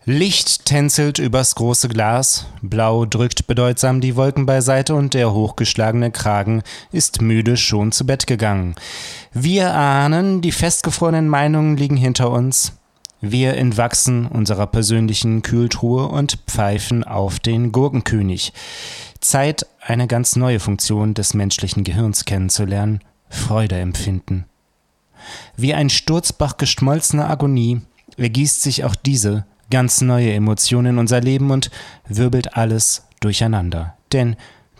Licht tänzelt übers große Glas, blau drückt bedeutsam die Wolken beiseite und der hochgeschlagene Kragen ist müde schon zu Bett gegangen. Wir ahnen, die festgefrorenen Meinungen liegen hinter uns. Wir entwachsen unserer persönlichen Kühltruhe und pfeifen auf den Gurkenkönig. Zeit, eine ganz neue Funktion des menschlichen Gehirns kennenzulernen, Freude empfinden. Wie ein Sturzbach geschmolzener Agonie ergießt sich auch diese ganz neue Emotion in unser Leben und wirbelt alles durcheinander. Denn,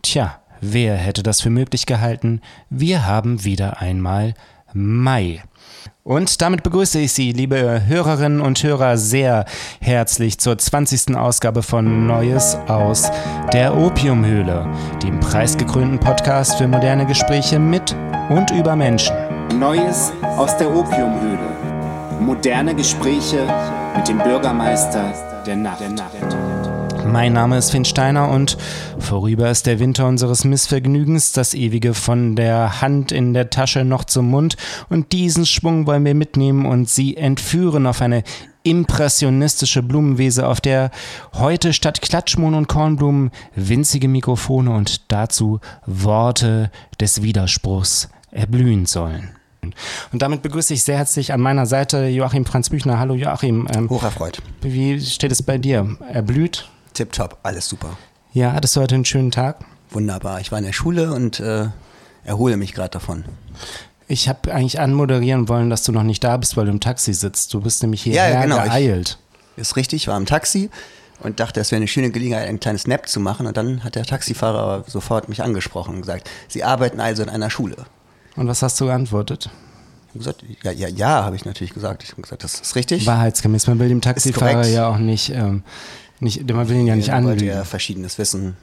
wer hätte das für möglich gehalten? Wir haben wieder einmal Mai. Und damit begrüße ich Sie, liebe Hörerinnen und Hörer, sehr herzlich zur 20. Ausgabe von Neues aus der Opiumhöhle, dem preisgekrönten Podcast für moderne Gespräche mit und über Menschen. Neues aus der Opiumhöhle. Moderne Gespräche mit dem Bürgermeister der Nacht. Mein Name ist Finn Steiner und vorüber ist der Winter unseres Missvergnügens, das ewige von der Hand in der Tasche noch zum Mund, und diesen Schwung wollen wir mitnehmen und Sie entführen auf eine impressionistische Blumenwiese, auf der heute statt Klatschmohn und Kornblumen winzige Mikrofone und dazu Worte des Widerspruchs erblühen sollen. Und damit begrüße ich sehr herzlich an meiner Seite Joachim Franz Büchner. Hallo Joachim. Hocherfreut. Wie steht es bei dir? Erblüht? Tipptopp, alles super. Ja, hattest du heute einen schönen Tag? Wunderbar. Ich war in der Schule und erhole mich gerade davon. Ich habe eigentlich anmoderieren wollen, dass du noch nicht da bist, weil du im Taxi sitzt. Du bist nämlich hierher geeilt. Ist richtig, ich war im Taxi und dachte, es wäre eine schöne Gelegenheit, ein kleines Nap zu machen. Und dann hat der Taxifahrer sofort mich angesprochen und gesagt, Sie arbeiten also in einer Schule. Und was hast du geantwortet? Ich habe gesagt, ja, habe ich natürlich gesagt. Ich habe gesagt, das ist richtig. Wahrheitsgemäß. Man will dem Taxifahrer ja auch nicht, man will ihn ja nicht anlügen. Wollte ja verschiedenes wissen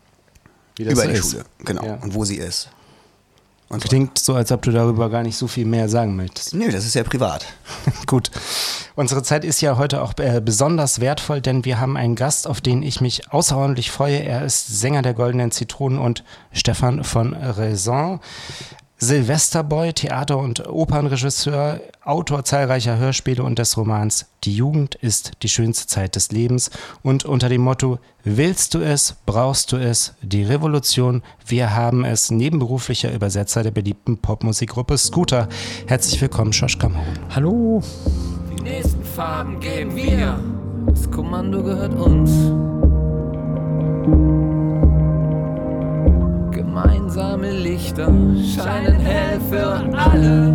wie das über so die ist. Schule, genau, ja. Und wo sie ist. Und klingt so, als ob du darüber gar nicht so viel mehr sagen möchtest. Nö, das ist ja privat. Gut. Unsere Zeit ist ja heute auch besonders wertvoll, denn wir haben einen Gast, auf den ich mich außerordentlich freue. Er ist Sänger der Goldenen Zitronen und Stefan von Raison. Silvesterboy, Theater- und Opernregisseur, Autor zahlreicher Hörspiele und des Romans Die Jugend ist die schönste Zeit des Lebens und unter dem Motto Willst du es, brauchst du es, die Revolution, wir haben es, nebenberuflicher Übersetzer der beliebten Popmusikgruppe Scooter. Herzlich willkommen, Josh Kamerun. Hallo. Die nächsten Farben geben wir, das Kommando gehört uns. Gemeinsame Lichter scheinen hell für alle.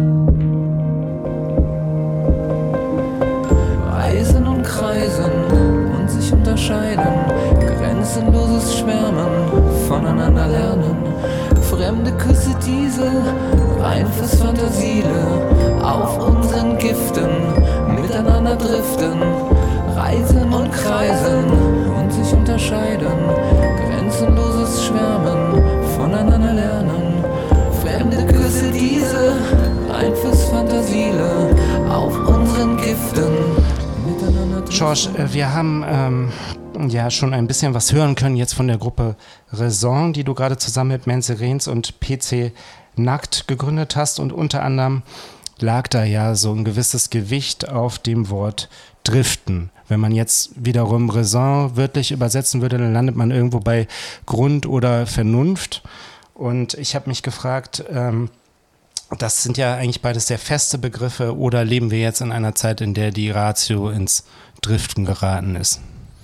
Reisen und kreisen und sich unterscheiden. Grenzenloses Schwärmen, voneinander lernen. Fremde Küsse diese, rein fürs Fantasiele. Auf unseren Giften, miteinander driften. Reisen und kreisen und sich unterscheiden. Grenzenloses Schwärmen, voneinander lernen. Fremde Küsse diese, rein fürs Fantasiele. Auf unseren Giften, miteinander driften. George, wir haben ja schon ein bisschen was hören können jetzt von der Gruppe Raison, die du gerade zusammen mit Mense Rehns und PC Nackt gegründet hast, und unter anderem lag da ja so ein gewisses Gewicht auf dem Wort Driften. Wenn man jetzt wiederum Raison wörtlich übersetzen würde, dann landet man irgendwo bei Grund oder Vernunft. Und ich habe mich gefragt, das sind ja eigentlich beides sehr feste Begriffe, oder leben wir jetzt in einer Zeit, in der die Ratio ins Driften geraten ist?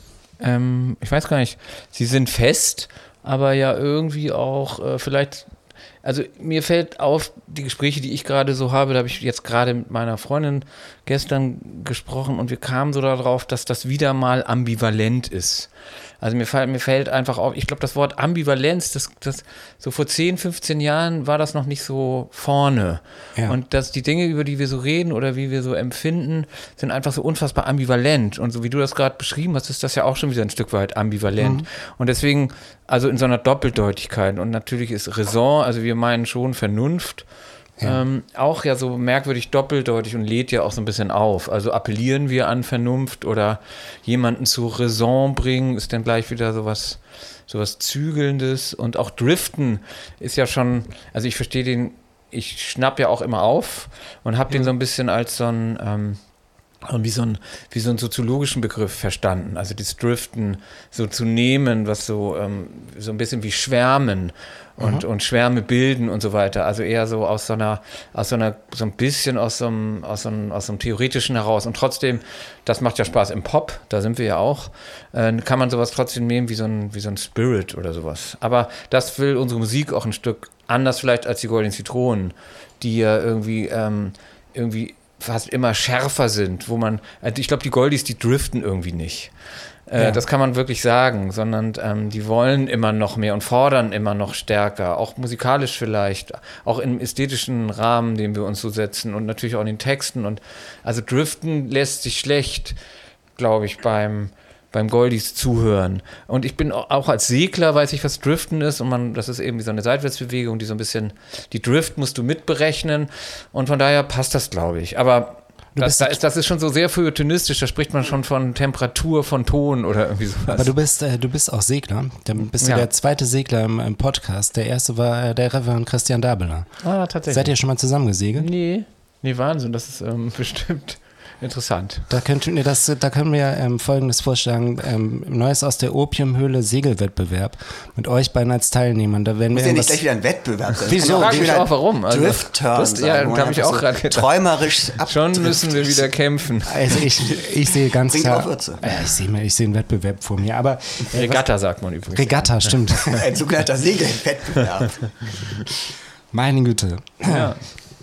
Ich weiß gar nicht. Sie sind fest, aber ja irgendwie auch vielleicht. Also mir fällt auf, die Gespräche, die ich gerade so habe, da habe ich jetzt gerade mit meiner Freundin gestern gesprochen und wir kamen so darauf, dass das wieder mal ambivalent ist. Also mir fällt einfach auf, ich glaube, das Wort Ambivalenz, das so vor 10, 15 Jahren war das noch nicht so vorne. Ja. Und dass die Dinge, über die wir so reden oder wie wir so empfinden, sind einfach so unfassbar ambivalent. Und so wie du das gerade beschrieben hast, ist das ja auch schon wieder ein Stück weit ambivalent. Mhm. Und deswegen, also in so einer Doppeldeutigkeit. Und natürlich ist Raison, also wir meinen schon Vernunft, ja. Auch ja so merkwürdig doppeldeutig und lädt ja auch so ein bisschen auf. Also appellieren wir an Vernunft oder jemanden zu Raison bringen, ist dann gleich wieder sowas Zügelndes. Und auch Driften ist ja schon, also ich verstehe den, ich schnapp ja auch immer auf und habe den so ein bisschen als so ein wie so einen soziologischen Begriff verstanden. Also das Driften so zu nehmen, was so ein bisschen wie Schwärmen und Schwärme bilden und so weiter. Also eher so so ein bisschen aus so einem Theoretischen heraus. Und trotzdem, das macht ja Spaß im Pop, da sind wir ja auch, kann man sowas trotzdem nehmen wie so ein Spirit oder sowas. Aber das will unsere Musik auch ein Stück anders vielleicht als die Goldenen Zitronen, die ja irgendwie fast immer schärfer sind, ich glaube, die Goldies, die driften irgendwie nicht. Das kann man wirklich sagen, sondern die wollen immer noch mehr und fordern immer noch stärker, auch musikalisch vielleicht, auch im ästhetischen Rahmen, den wir uns so setzen und natürlich auch in den Texten. Und also driften lässt sich schlecht, glaube ich, beim Goldies zuhören. Und ich bin auch als Segler, weiß ich, was Driften ist. Und das ist eben wie so eine Seitwärtsbewegung, die so ein bisschen, die Drift musst du mitberechnen. Und von daher passt das, glaube ich. Aber das ist schon so sehr feuilletonistisch, da spricht man schon von Temperatur, von Ton oder irgendwie sowas. Aber du bist auch Segler. Dann bist du der zweite Segler im Podcast. Der erste war der Reverend Christian Dabeler. Ah, tatsächlich. Seid ihr schon mal zusammen gesegelt? Nee, Wahnsinn, das ist bestimmt interessant. Da können wir Folgendes vorschlagen. Neues aus der Opiumhöhle Segelwettbewerb mit euch beiden als Teilnehmern. Da werden wir ja nicht gleich wieder ein Wettbewerb sein. Wieso? Frag mich auch, warum. Also, Drift-Turn. Ja, da habe ich auch gerade gedacht. Träumerisch Schon müssen wir wieder kämpfen. Also ich sehe ganz Bringt klar. auch Würze. Ich sehe einen Wettbewerb vor mir. Aber Regatta sagt man übrigens. Regatta, stimmt. Ein sogenannter Segelwettbewerb. Meine Güte. Ja.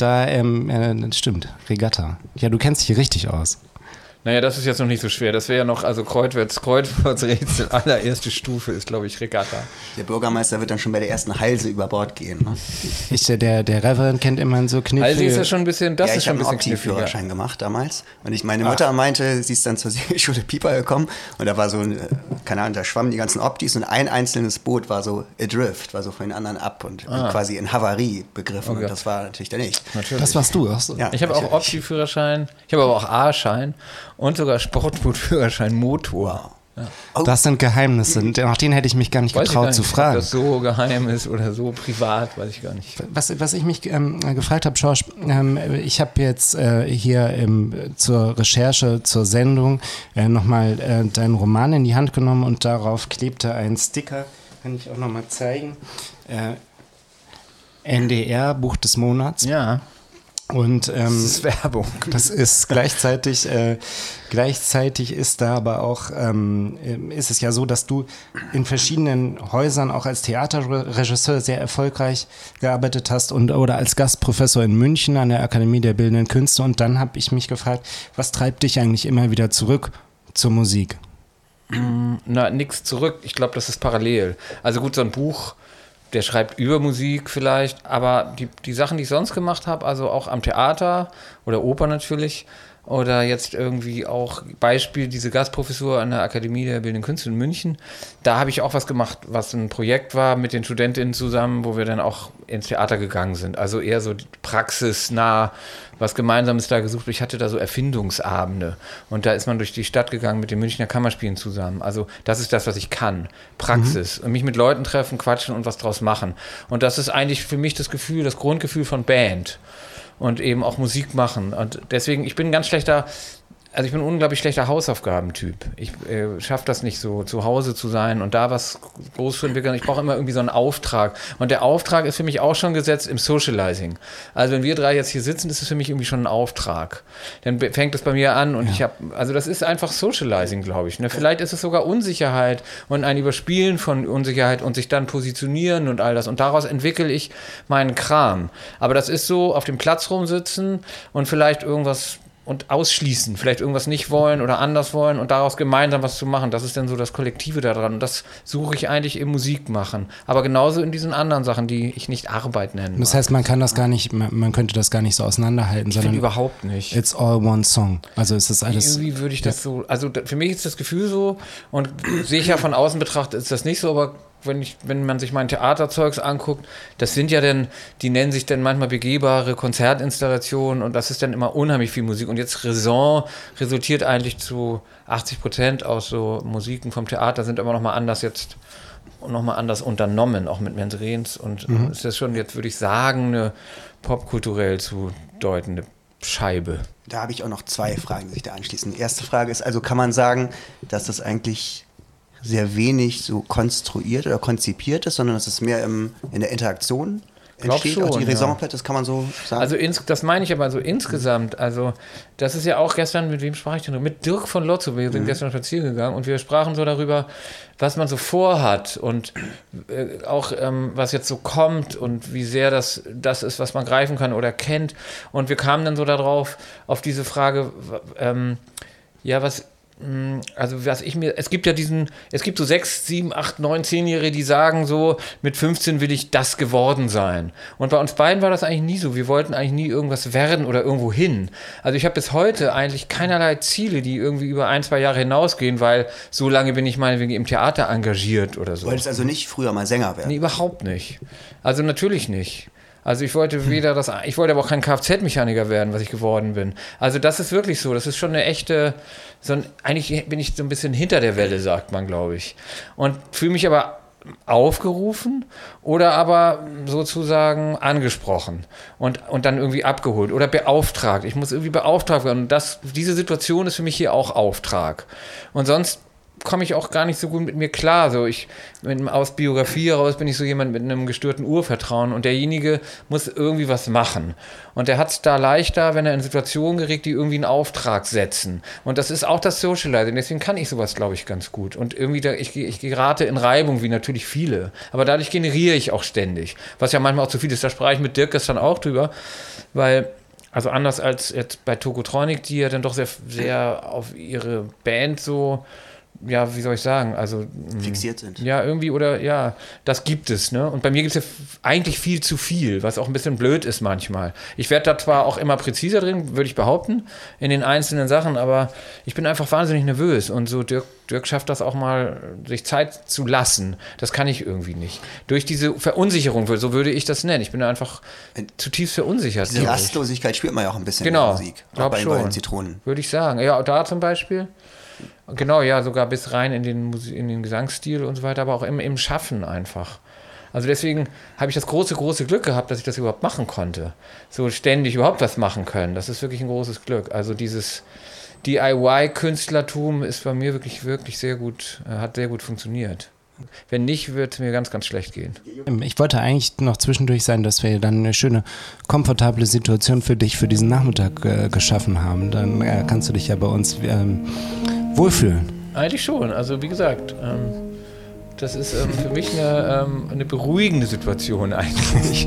Das stimmt. Regatta. Ja, du kennst dich hier richtig aus. Naja, das ist jetzt noch nicht so schwer. Das wäre ja noch, also Kreuzworträtsel allererste Stufe ist, glaube ich, Regatta. Der Bürgermeister wird dann schon bei der ersten Halse über Bord gehen. Ne? Der Reverend kennt immer so knifflige... Also ist ja schon ein bisschen, das ja, ist schon ein bisschen ich habe einen Opti-Führerschein gemacht damals. Und meine Ah. Mutter meinte, sie ist dann zur Segelschule Pieper gekommen und da war so keine Ahnung, da schwammen die ganzen Optis und ein einzelnes Boot war so adrift, war so von den anderen ab und quasi in Havarie begriffen. Okay. Und das war natürlich dann nicht. Natürlich. Das warst du auch so. Ja, Ich habe auch natürlich. Opti-Führerschein, ich habe aber auch A-Schein und sogar Sportbootführerschein Motor. Oh. Das sind Geheimnisse. Nach denen hätte ich mich gar nicht Weiß ich getraut gar zu nicht, fragen. ob das so geheim ist oder so privat, weiß ich gar nicht. Was ich mich gefragt habe, Schorsch, ich habe jetzt hier zur Recherche, zur Sendung nochmal deinen Roman in die Hand genommen und darauf klebte ein Sticker, kann ich auch nochmal zeigen, NDR, Buch des Monats. Ja. Und Das ist Werbung. das ist gleichzeitig ist da aber auch, ist es ja so, dass du in verschiedenen Häusern auch als Theaterregisseur sehr erfolgreich gearbeitet hast oder als Gastprofessor in München an der Akademie der Bildenden Künste. Und dann habe ich mich gefragt, was treibt dich eigentlich immer wieder zurück zur Musik? Na, nix zurück. Ich glaube, das ist parallel. Also gut, so ein Buch, der schreibt über Musik vielleicht, aber die Sachen, die ich sonst gemacht habe, also auch am Theater oder Oper natürlich, oder jetzt irgendwie auch Beispiel, diese Gastprofessur an der Akademie der Bildenden Künste in München, da habe ich auch was gemacht, was ein Projekt war mit den StudentInnen zusammen, wo wir dann auch ins Theater gegangen sind. Also eher so praxisnah, was Gemeinsames da gesucht. Ich hatte da so Erfindungsabende und da ist man durch die Stadt gegangen mit den Münchner Kammerspielen zusammen. Also das ist das, was ich kann. Praxis. Und mich mit Leuten treffen, quatschen und was draus machen. Und das ist eigentlich für mich das Grundgefühl von Band. Und eben auch Musik machen. Und deswegen, ich bin ein unglaublich schlechter Hausaufgabentyp. Ich schaffe das nicht so, zu Hause zu sein und da was groß zu entwickeln. Ich brauche immer irgendwie so einen Auftrag. Und der Auftrag ist für mich auch schon gesetzt im Socializing. Also wenn wir drei jetzt hier sitzen, ist es für mich irgendwie schon ein Auftrag. Dann fängt es bei mir an und also das ist einfach Socializing, glaube ich. Ne? Vielleicht ist es sogar Unsicherheit und ein Überspielen von Unsicherheit und sich dann positionieren und all das. Und daraus entwickle ich meinen Kram. Aber das ist so, auf dem Platz rumsitzen und vielleicht irgendwas und ausschließen, vielleicht irgendwas nicht wollen oder anders wollen und daraus gemeinsam was zu machen. Das ist dann so das Kollektive daran. Und das suche ich eigentlich im Musik machen. Aber genauso in diesen anderen Sachen, die ich nicht Arbeit nenne. Das heißt, man könnte das gar nicht so auseinanderhalten, sondern überhaupt nicht. It's all one song. Also ist das alles... Irgendwie würde ich das so, also für mich ist das Gefühl so und sehe ich ja von außen betrachtet, ist das nicht so, aber wenn man sich mein Theaterzeugs anguckt, das sind ja dann, die nennen sich dann manchmal begehbare Konzertinstallationen und das ist dann immer unheimlich viel Musik. Und jetzt Raison resultiert eigentlich zu 80% aus so Musiken vom Theater, sind aber nochmal anders unternommen, auch mit Menz-Rehns. Und ist das schon, jetzt würde ich sagen, eine popkulturell zu deutende Scheibe. Da habe ich auch noch 2 Fragen, die sich da anschließen. Die erste Frage ist, also kann man sagen, dass das eigentlich sehr wenig so konstruiert oder konzipiert ist, sondern dass es mehr in der Interaktion entsteht, schon, auch die ja. Raison d'être, das kann man so sagen? Also das meine ich aber so insgesamt, also das ist ja auch gestern, mit wem sprach ich denn? Mit Dirk von Lotzo, wir sind gestern spazieren gegangen und wir sprachen so darüber, was man so vorhat und auch was jetzt so kommt und wie sehr das ist, was man greifen kann oder kennt, und wir kamen dann so darauf, auf diese Frage, es gibt so 6, 7, 8, 9, 10-Jährige, die sagen so, mit 15 will ich das geworden sein. Und bei uns beiden war das eigentlich nie so. Wir wollten eigentlich nie irgendwas werden oder irgendwo hin. Also ich habe bis heute eigentlich keinerlei Ziele, die irgendwie über 1, 2 Jahre hinausgehen, weil so lange bin ich meinetwegen im Theater engagiert oder so. Du wolltest also nicht früher mal Sänger werden? Nee, überhaupt nicht. Also natürlich nicht. Also ich wollte aber auch kein Kfz-Mechaniker werden, was ich geworden bin. Also das ist wirklich so. Das ist schon eine echte, eigentlich bin ich so ein bisschen hinter der Welle, sagt man, glaube ich. Und fühle mich aber aufgerufen oder aber sozusagen angesprochen und dann irgendwie abgeholt oder beauftragt. Ich muss irgendwie beauftragt werden. Und diese Situation ist für mich hier auch Auftrag. Und sonst komme ich auch gar nicht so gut mit mir klar. So aus Biografie heraus bin ich so jemand mit einem gestörten Urvertrauen und derjenige muss irgendwie was machen. Und der hat es da leichter, wenn er in Situationen gerät, die irgendwie einen Auftrag setzen. Und das ist auch das Socializing. Deswegen kann ich sowas, glaube ich, ganz gut. Und irgendwie, ich gerate in Reibung, wie natürlich viele. Aber dadurch generiere ich auch ständig. Was ja manchmal auch zu viel ist. Da sprach ich mit Dirk gestern auch drüber, weil, also anders als jetzt bei Tokotronic, die ja dann doch sehr, sehr auf ihre Band so, ja, wie soll ich sagen, also fixiert sind. Ja, irgendwie, oder ja, das gibt es, ne? Und bei mir gibt es ja eigentlich viel zu viel, was auch ein bisschen blöd ist manchmal. Ich werde da zwar auch immer präziser drin, würde ich behaupten, in den einzelnen Sachen, aber ich bin einfach wahnsinnig nervös und so Dirk schafft das auch mal, sich Zeit zu lassen. Das kann ich irgendwie nicht. Durch diese Verunsicherung, so würde ich das nennen. Ich bin einfach zutiefst verunsichert. Diese Rastlosigkeit spürt man ja auch ein bisschen genau, in der Musik. Auch bei den Zitronen. Würde ich sagen. Ja, da zum Beispiel. Genau, ja, sogar bis rein in den Gesangsstil und so weiter, aber auch im Schaffen einfach. Also deswegen habe ich das große, große Glück gehabt, dass ich das überhaupt machen konnte. So ständig überhaupt was machen können. Das ist wirklich ein großes Glück. Also dieses DIY-Künstlertum ist bei mir wirklich, wirklich sehr gut, hat sehr gut funktioniert. Wenn nicht, wird es mir ganz, ganz schlecht gehen. Ich wollte eigentlich noch zwischendurch sagen, dass wir dann eine schöne, komfortable Situation für dich für diesen Nachmittag geschaffen haben. Dann kannst du dich ja bei uns wohlfühlen. Eigentlich schon. Also wie gesagt, das ist für mich eine beruhigende Situation eigentlich.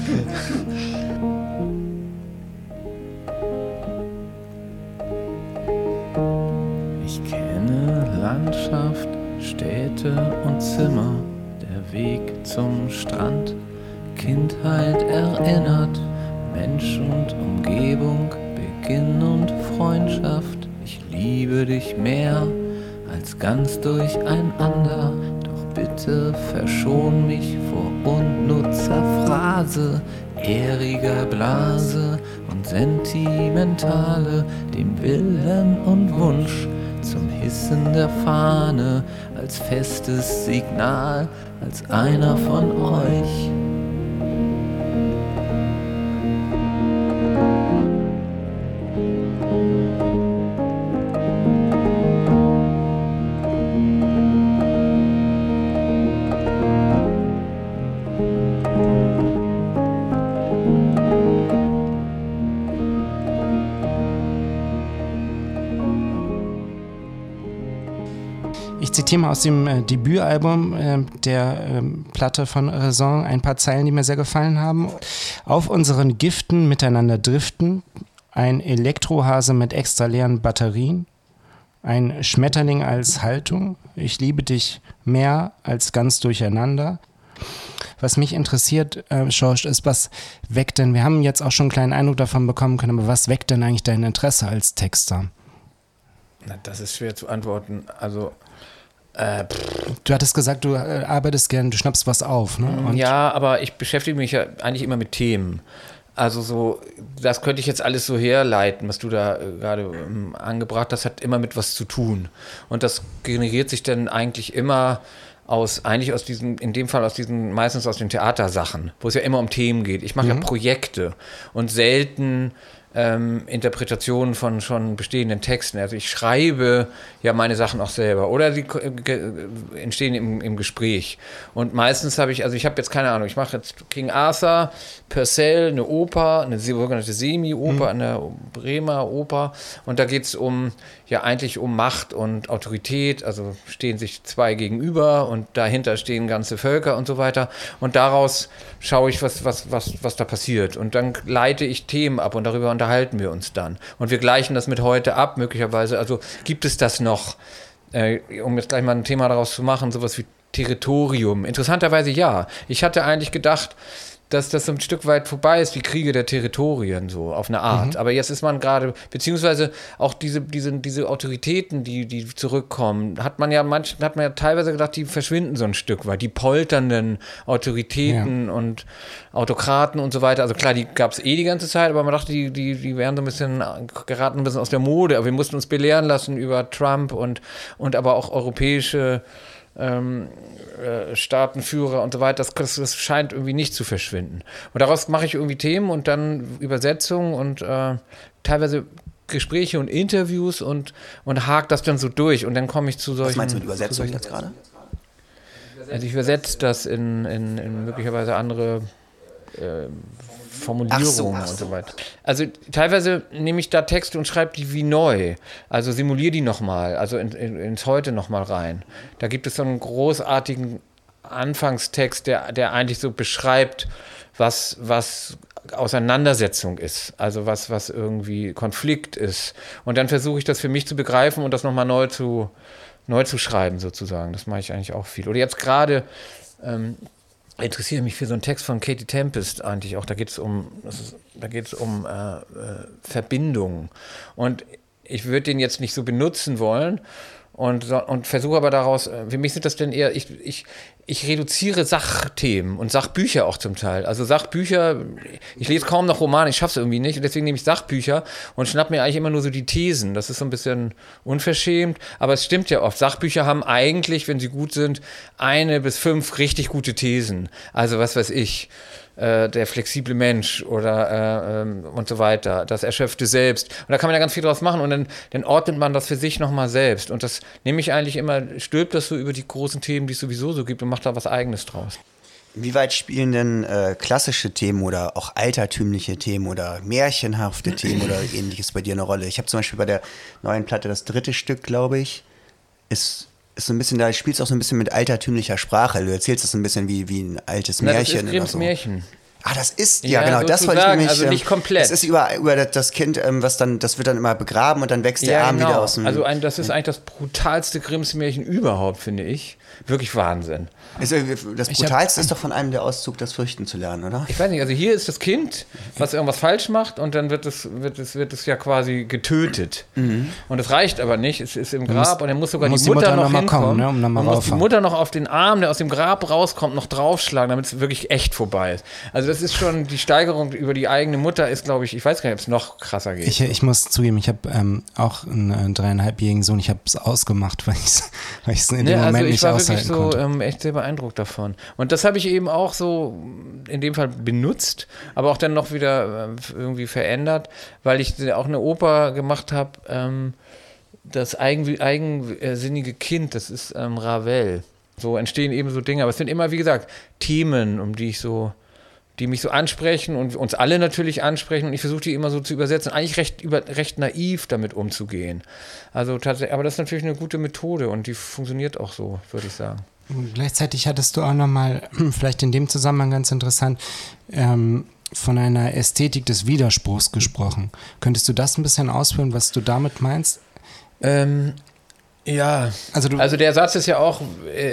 Ich kenne Landschaft, Städte und Zimmer, der Weg zum Strand, Kindheit erinnert, Mensch und Umgebung, Beginn und Freundschaft. Ich liebe dich mehr als ganz durcheinander, doch bitte verschon mich vor unnutzer Phrase, ehriger Blase und Sentimentale, dem Willen und Wunsch zum Hissen der Fahne, als festes Signal, als einer von euch. Ich zitiere mal aus dem Debütalbum der Platte von Raison ein paar Zeilen, die mir sehr gefallen haben. Auf unseren Giften miteinander driften, ein Elektrohase mit extra leeren Batterien, ein Schmetterling als Haltung, ich liebe dich mehr als ganz durcheinander. Was mich interessiert, George, ist, was weckt denn, wir haben jetzt auch schon einen kleinen Eindruck davon bekommen können, aber was weckt denn eigentlich dein Interesse als Texter? Na, das ist schwer zu antworten. Also du hattest gesagt, du arbeitest gern, du schnappst was auf, ne? Und ja, aber ich beschäftige mich ja eigentlich immer mit Themen. Also so, das könnte ich jetzt alles so herleiten, was du da gerade angebracht hast, hat immer mit was zu tun. Und das generiert sich dann eigentlich immer meistens aus den Theatersachen, wo es ja immer um Themen geht. Ich mache ja Projekte und selten Interpretationen von schon bestehenden Texten. Also ich schreibe ja meine Sachen auch selber oder sie entstehen im Gespräch. Und meistens habe ich jetzt keine Ahnung, ich mache jetzt King Arthur, Purcell, eine Oper, eine sogenannte Semi-Oper, eine Bremer Oper, und da geht es eigentlich um Macht und Autorität, also stehen sich zwei gegenüber und dahinter stehen ganze Völker und so weiter, und daraus schaue ich, was da passiert, und dann leite ich Themen ab und darüber unterhalten wir uns dann. Und wir gleichen das mit heute ab, möglicherweise. Also gibt es das noch, um jetzt gleich mal ein Thema daraus zu machen, sowas wie Territorium? Interessanterweise ja. Ich hatte eigentlich gedacht, dass das so ein Stück weit vorbei ist, die Kriege der Territorien, so auf eine Art. Aber jetzt ist man gerade, beziehungsweise auch diese Autoritäten, die zurückkommen, hat man ja teilweise gedacht, die verschwinden so ein Stück weit. Die polternden Autoritäten und Autokraten und so weiter. Also klar, die gab es die ganze Zeit, aber man dachte, die wären so geraten ein bisschen aus der Mode. Aber wir mussten uns belehren lassen über Trump und aber auch europäische Staatenführer und so weiter, das scheint irgendwie nicht zu verschwinden. Und daraus mache ich irgendwie Themen und dann Übersetzungen und teilweise Gespräche und Interviews und hake das dann so durch, und dann komme ich zu solchen... Was meinst du mit Übersetzung jetzt gerade? Also ich übersetze das in möglicherweise andere Formulierungen und so weiter. Also teilweise nehme ich da Texte und schreibe die wie neu. Also simuliere die nochmal, also ins Heute nochmal rein. Da gibt es so einen großartigen Anfangstext, der eigentlich so beschreibt, was Auseinandersetzung ist, also was irgendwie Konflikt ist. Und dann versuche ich das für mich zu begreifen und das nochmal neu zu schreiben sozusagen. Das mache ich eigentlich auch viel. Oder jetzt gerade interessiere mich für so einen Text von Katie Tempest eigentlich auch. Da geht es um Verbindungen. Und ich würde den jetzt nicht so benutzen wollen und versuche aber daraus, für mich sind das denn eher, ich reduziere Sachthemen und Sachbücher auch zum Teil. Also Sachbücher, ich lese kaum noch Romane, ich schaffe es irgendwie nicht, und deswegen nehme ich Sachbücher und schnapp mir eigentlich immer nur so die Thesen. Das ist so ein bisschen unverschämt, aber es stimmt ja oft. Sachbücher haben eigentlich, wenn sie gut sind, 1 bis 5 richtig gute Thesen. Also was weiß ich, der flexible Mensch oder und so weiter, das erschöpfte Selbst. Und da kann man ja ganz viel draus machen, und dann ordnet man das für sich nochmal selbst. Und das nehme ich eigentlich immer, stülpt das so über die großen Themen, die es sowieso so gibt, und macht da was Eigenes draus. Inwieweit spielen denn klassische Themen oder auch altertümliche Themen oder märchenhafte Themen oder ähnliches bei dir eine Rolle? Ich habe zum Beispiel bei der neuen Platte, das 3. Stück, glaube ich, ist so ein bisschen, da spielst du auch so ein bisschen mit altertümlicher Sprache. Du erzählst das so ein bisschen wie ein altes Märchen. Das ist Grimms Märchen. Ah, das ist, ja genau, das wollte ich nämlich... Also nicht komplett. Das ist über das Kind, das wird dann immer begraben und dann wächst der Arm wieder aus dem... Also das ist eigentlich das brutalste Grimms Märchen überhaupt, finde ich. Wirklich Wahnsinn. Das Brutalste ist doch von einem der Auszug, das Fürchten zu lernen, oder? Ich weiß nicht, also hier ist das Kind, was irgendwas falsch macht, und dann wird es ja quasi getötet. Und es reicht aber nicht, es ist im Grab, und dann muss sogar die Mutter noch hinkommen. Ne, um man muss die Mutter noch auf den Arm, der aus dem Grab rauskommt, noch draufschlagen, damit es wirklich echt vorbei ist. Also das ist schon, die Steigerung über die eigene Mutter ist, glaube ich weiß gar nicht, ob es noch krasser geht. Ich muss zugeben, ich habe auch einen 3,5-jährigen Sohn, ich habe es ausgemacht, weil ich es in dem Moment nicht aushalten konnte. Ich war wirklich so echt sehr beeindruckt davon. Und das habe ich eben auch so in dem Fall benutzt, aber auch dann noch wieder irgendwie verändert, weil ich auch eine Oper gemacht habe, das eigensinnige Kind, das ist Ravel. So entstehen eben so Dinge, aber es sind immer, wie gesagt, Themen, die mich so ansprechen und uns alle natürlich ansprechen, und ich versuche die immer so zu übersetzen, eigentlich recht naiv damit umzugehen. Also tatsächlich, aber das ist natürlich eine gute Methode und die funktioniert auch so, würde ich sagen. Gleichzeitig hattest du auch nochmal, vielleicht in dem Zusammenhang ganz interessant, von einer Ästhetik des Widerspruchs gesprochen. Könntest du das ein bisschen ausführen, was du damit meinst? Ja, also der Satz ist ja auch,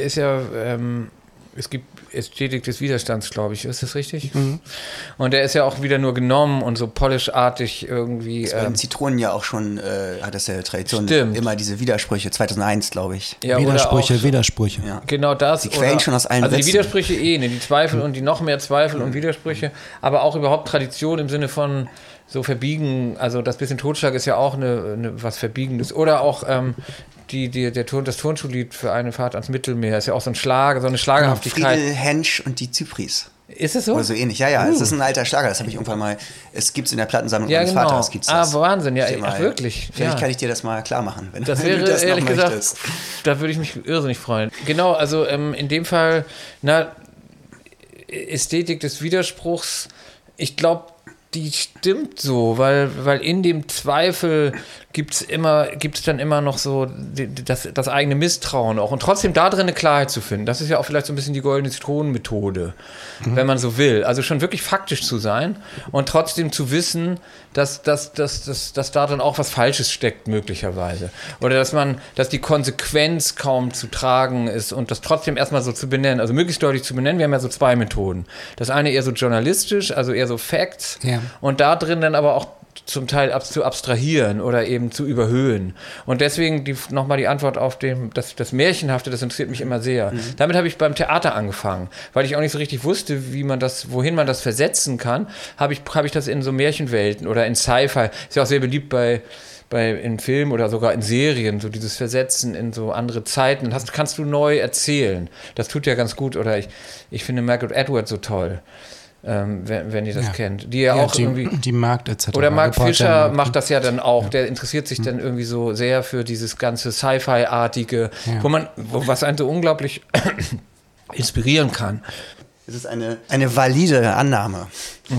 es gibt Ästhetik des Widerstands, glaube ich. Ist das richtig? Mhm. Und der ist ja auch wieder nur genommen und so polishartig irgendwie. Das bei den Zitronen ja auch schon, hat das ja Tradition. Stimmt. Immer diese Widersprüche, 2001, glaube ich. Ja, Widersprüche. Ja. Genau das. Die quellen schon aus allen Also Witzen. die Widersprüche die Zweifel und die noch mehr Zweifel und Widersprüche, aber auch überhaupt Tradition im Sinne von so verbiegen, also das bisschen Totschlag ist ja auch eine was Verbiegendes. Oder auch das Turnschuhlied für eine Fahrt ans Mittelmeer ist ja auch so eine Schlagerhaftigkeit. Friedel, Hensch und die Zypris. Ist es so? Oder so ähnlich. Ja, es ist ein alter Schlager. Das habe ich irgendwann mal. Es gibt es in der Plattensammlung Ja, meines genau. Vaters. Gibt's das. Wahnsinn. Ja, Ach, wirklich. Vielleicht kann ich dir das mal klar machen, wenn Das wenn wäre, du das noch ehrlich gesagt, möchtest. da würde ich mich irrsinnig freuen. Genau, also in dem Fall, Ästhetik des Widerspruchs, ich glaube, die stimmt so, weil in dem Zweifel gibt es dann immer noch so das eigene Misstrauen auch und trotzdem da drin eine Klarheit zu finden. Das ist ja auch vielleicht so ein bisschen die goldene Zitronenmethode, wenn man so will. Also schon wirklich faktisch zu sein und trotzdem zu wissen, dass da dann auch was Falsches steckt möglicherweise. Oder dass die Konsequenz kaum zu tragen ist und das trotzdem erstmal so zu benennen, also möglichst deutlich zu benennen. Wir haben ja so zwei Methoden. Das eine eher so journalistisch, also eher so Facts und da drin dann aber auch zum Teil zu abstrahieren oder eben zu überhöhen. Und deswegen nochmal die Antwort auf das Märchenhafte, das interessiert mich immer sehr. Damit habe ich beim Theater angefangen, weil ich auch nicht so richtig wusste, wohin man das versetzen kann, habe ich das in so Märchenwelten oder in Sci-Fi. Ist ja auch sehr beliebt in Filmen oder sogar in Serien, so dieses Versetzen in so andere Zeiten. Kannst du neu erzählen. Das tut ja ganz gut. Oder ich finde Margaret Atwood so toll. Wenn ihr das kennt. Die auch irgendwie. Die Markt etc. Oder Mark Fisher macht das ja dann auch. Der interessiert sich dann irgendwie so sehr für dieses ganze Sci-Fi-artige, was einen so unglaublich inspirieren kann. Es ist eine valide Annahme,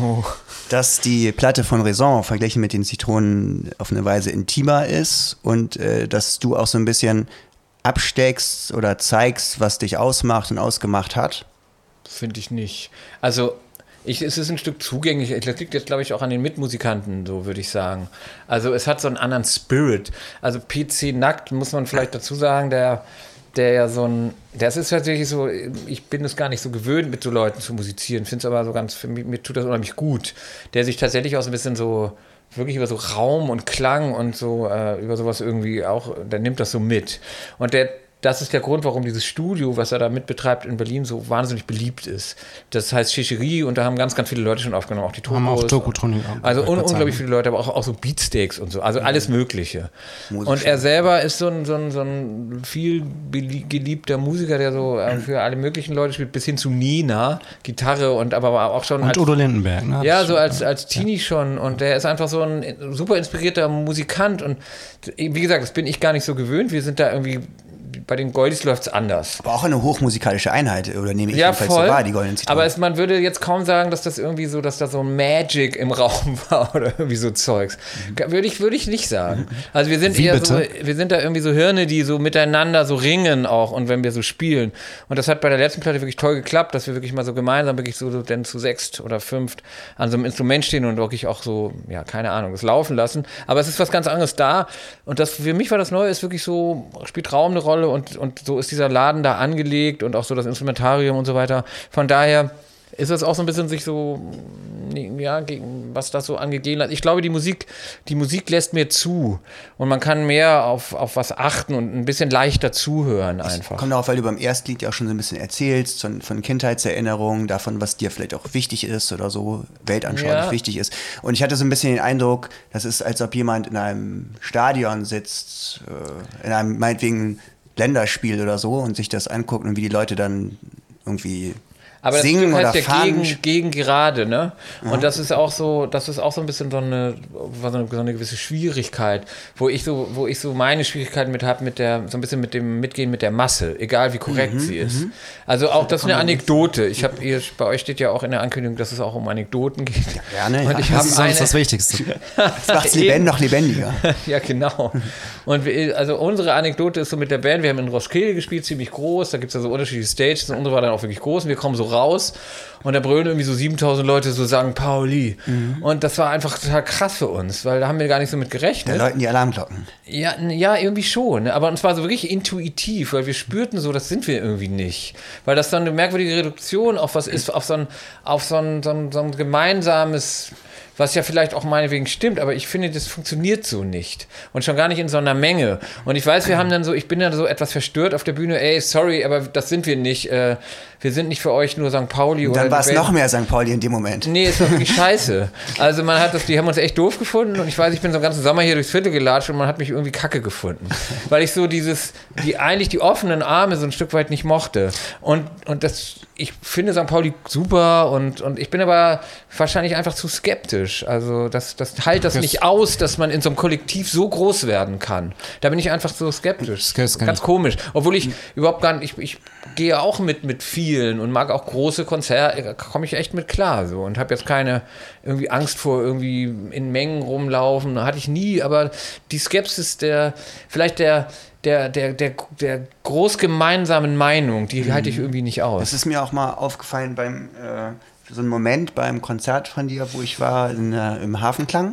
dass die Platte von Raison verglichen mit den Zitronen auf eine Weise intimer ist und dass du auch so ein bisschen absteckst oder zeigst, was dich ausmacht und ausgemacht hat. Finde ich nicht. Also es ist ein Stück zugänglich. Das liegt jetzt, glaube ich, auch an den Mitmusikanten, so würde ich sagen. Also es hat so einen anderen Spirit. Also PC Nackt, muss man vielleicht dazu sagen, der ja das ist tatsächlich so, ich bin es gar nicht so gewöhnt, mit so Leuten zu musizieren. Finde es aber so mir tut das unheimlich gut. Der sich tatsächlich auch so ein bisschen so, wirklich über so Raum und Klang und so, über sowas irgendwie auch, der nimmt das so mit. Und das ist der Grund, warum dieses Studio, was er da mitbetreibt in Berlin, so wahnsinnig beliebt ist. Das heißt Chicherie und da haben ganz, ganz viele Leute schon aufgenommen, auch die Tokos. Haben auch Tokotronic. Also unglaublich viele Leute, aber auch so Beatsteaks und so, also alles Mögliche. Und er selber ist so ein viel geliebter Musiker, der so für alle möglichen Leute spielt, bis hin zu Nina, Gitarre und aber auch schon. Und Udo Lindenberg, ne? Ja, so als Teenie schon. Und der ist einfach so ein super inspirierter Musikant und wie gesagt, das bin ich gar nicht so gewöhnt. Wir sind da irgendwie. Bei den Goldies läuft es anders. Aber auch eine hochmusikalische Einheit, oder nehme ich jedenfalls so wahr, die Goldenen Zitronen. Aber man würde jetzt kaum sagen, dass das irgendwie so, dass da so Magic im Raum war oder irgendwie so Zeugs. Würde ich nicht sagen. Also wir sind wir sind da irgendwie so Hirne, die so miteinander so ringen auch und wenn wir so spielen. Und das hat bei der letzten Platte wirklich toll geklappt, dass wir wirklich mal so gemeinsam wirklich so denn zu 6 oder 5 an so einem Instrument stehen und wirklich auch so, ja, keine Ahnung, das laufen lassen. Aber es ist was ganz anderes da. Und das für mich war das Neue, ist wirklich so, spielt Raum eine Rolle und so ist dieser Laden da angelegt und auch so das Instrumentarium und so weiter. Von daher ist es auch so ein bisschen sich so, ja, gegen was das so angegeben hat. Ich glaube, die Musik lässt mir zu und man kann mehr auf was achten und ein bisschen leichter zuhören einfach. Kommt darauf, weil du beim Erstlied ja auch schon so ein bisschen erzählst, von Kindheitserinnerungen, davon, was dir vielleicht auch wichtig ist oder so, weltanschaulich wichtig ist. Und ich hatte so ein bisschen den Eindruck, das ist, als ob jemand in einem Stadion sitzt, in einem meinetwegen Länderspiel oder so und sich das anguckt und wie die Leute dann irgendwie aber singen das oder heißt ja fahren. gegen gerade, ne? Ja. Und das ist auch so ein bisschen so eine gewisse Schwierigkeit, wo ich so meine Schwierigkeiten mit habe, so ein bisschen mit dem Mitgehen mit der Masse, egal wie korrekt sie ist. Also auch das ist eine Anekdote. Bei euch steht ja auch in der Ankündigung, dass es auch um Anekdoten geht. Ja, gerne. Und das ist das Wichtigste. Das macht es noch lebendiger. Ja, genau. Und also unsere Anekdote ist so mit der Band, wir haben in Roskilde gespielt, ziemlich groß, da gibt es ja so unterschiedliche Stages und unsere war dann auch wirklich groß und wir kommen so raus und da brüllen irgendwie so 7000 Leute so St. Pauli. Und das war einfach total krass für uns, weil da haben wir gar nicht so mit gerechnet. Da läuten die Alarmglocken. Ja, irgendwie schon. Ne? Aber es war so wirklich intuitiv, weil wir spürten so, das sind wir irgendwie nicht. Weil das dann eine merkwürdige Reduktion auf was ist, auf so ein gemeinsames Was ja vielleicht auch meinetwegen stimmt, aber ich finde, das funktioniert so nicht. Und schon gar nicht in so einer Menge. Und ich weiß, ich bin dann so etwas verstört auf der Bühne, sorry, aber das sind wir nicht. Wir sind nicht für euch nur St. Pauli. Dann war es noch mehr St. Pauli in dem Moment. Nee, ist doch wirklich scheiße. Also die haben uns echt doof gefunden und ich weiß, ich bin so den ganzen Sommer hier durchs Viertel gelatscht und man hat mich irgendwie kacke gefunden. Weil ich so eigentlich die offenen Arme so ein Stück weit nicht mochte. Und ich finde St. Pauli super und ich bin aber wahrscheinlich einfach zu skeptisch. Also das hält das nicht aus, dass man in so einem Kollektiv so groß werden kann. Da bin ich einfach so skeptisch. Ganz komisch. Obwohl ich überhaupt gar nicht, ich gehe auch mit vielen und mag auch große Konzerte, komme ich echt mit klar so und habe jetzt keine irgendwie Angst vor irgendwie in Mengen rumlaufen, hatte ich nie, aber die Skepsis der groß gemeinsamen Meinung, die halte ich irgendwie nicht aus. Das ist mir auch mal aufgefallen so ein Moment beim Konzert von dir, wo ich war im Hafenklang.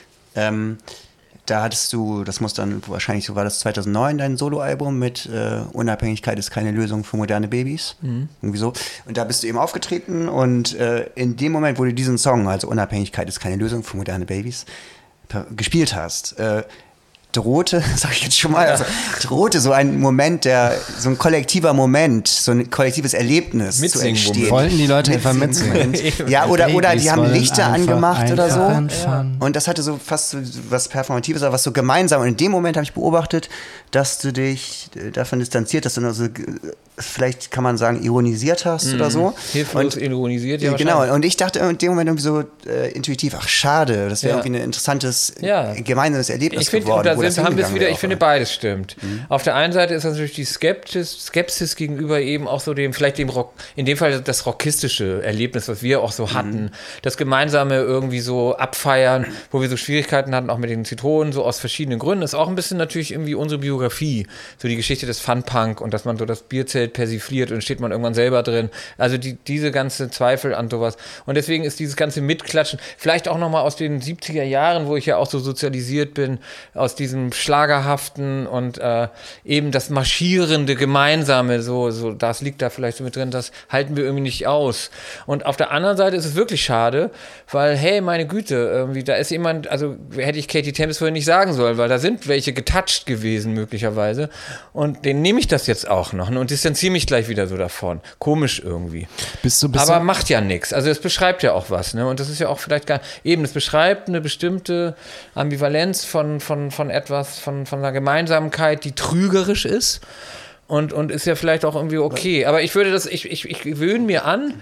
Da hattest du, das muss dann wahrscheinlich, so war das 2009, dein Soloalbum mit Unabhängigkeit ist keine Lösung für moderne Babys. Irgendwie so. Und da bist du eben aufgetreten und in dem Moment, wo du diesen Song, also Unabhängigkeit ist keine Lösung für moderne Babys, gespielt hast, drohte, sag ich jetzt schon mal, drohte so ein Moment, so ein kollektiver Moment, so ein kollektives Erlebnis zu entstehen. Wollten die Leute einfach mitsingen? Ja, oder die haben Lichter angemacht oder so. Und das hatte so fast so was Performatives, aber was so gemeinsam. Und in dem Moment habe ich beobachtet, dass du dich davon distanziert hast und also vielleicht kann man sagen, ironisiert hast oder so. Hilflos ironisiert, ja. Genau, und ich dachte in dem Moment irgendwie so intuitiv, ach schade, das wäre irgendwie ein interessantes gemeinsames Erlebnis geworden. Ich finde, beides stimmt. Auf der einen Seite ist natürlich die Skepsis gegenüber eben auch so in dem Fall das rockistische Erlebnis, was wir auch so hatten. Das gemeinsame irgendwie so abfeiern, wo wir so Schwierigkeiten hatten, auch mit den Zitronen, so aus verschiedenen Gründen. Das ist auch ein bisschen natürlich irgendwie unsere Biografie. So die Geschichte des Funpunk und dass man so das Bierzelt persifliert und steht man irgendwann selber drin. Also diese ganze Zweifel an sowas. Und deswegen ist dieses ganze Mitklatschen, vielleicht auch nochmal aus den 70er Jahren, wo ich ja auch so sozialisiert bin, aus diesem Schlagerhaften und eben das marschierende Gemeinsame, so das liegt da vielleicht so mit drin, das halten wir irgendwie nicht aus. Und auf der anderen Seite ist es wirklich schade, weil, hey, meine Güte, irgendwie, da ist jemand, also hätte ich Katie Tempest vorher nicht sagen sollen, weil da sind welche getoucht gewesen möglicherweise und denen nehme ich das jetzt auch noch und distanziere mich gleich wieder so davon. Komisch irgendwie. Aber macht ja nichts. Also es beschreibt ja auch was, ne? Und das ist ja auch vielleicht es beschreibt eine bestimmte Ambivalenz von etwas, von einer Gemeinsamkeit, die trügerisch ist und ist ja vielleicht auch irgendwie okay. Aber ich würde ich gewöhne mir an,